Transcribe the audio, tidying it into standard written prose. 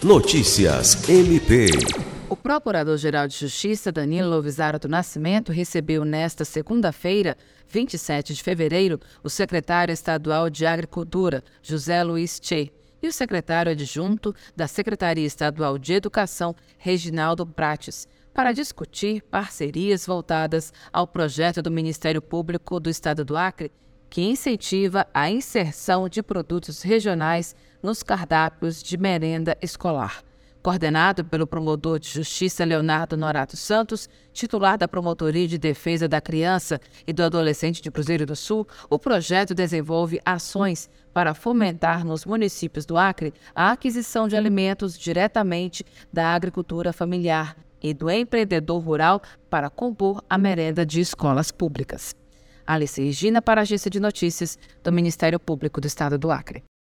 Notícias MP. O Procurador-Geral de Justiça, Danilo Lovisaro do Nascimento, recebeu nesta segunda-feira, 27 de fevereiro, o secretário estadual de Agricultura, José Luiz Tchê, e o secretário adjunto da Secretaria Estadual de Educação, Reginaldo Prates, para discutir parcerias voltadas ao projeto do Ministério Público do Estado do Acre, que incentiva a inserção de produtos regionais nos cardápios de merenda escolar. Coordenado pelo promotor de Justiça Leonardo Norato Santos, titular da Promotoria de Defesa da Criança e do Adolescente de Cruzeiro do Sul, o projeto desenvolve ações para fomentar nos municípios do Acre a aquisição de alimentos diretamente da agricultura familiar e do empreendedor rural para compor a merenda de escolas públicas. Alice Regina, para a Agência de Notícias do Ministério Público do Estado do Acre.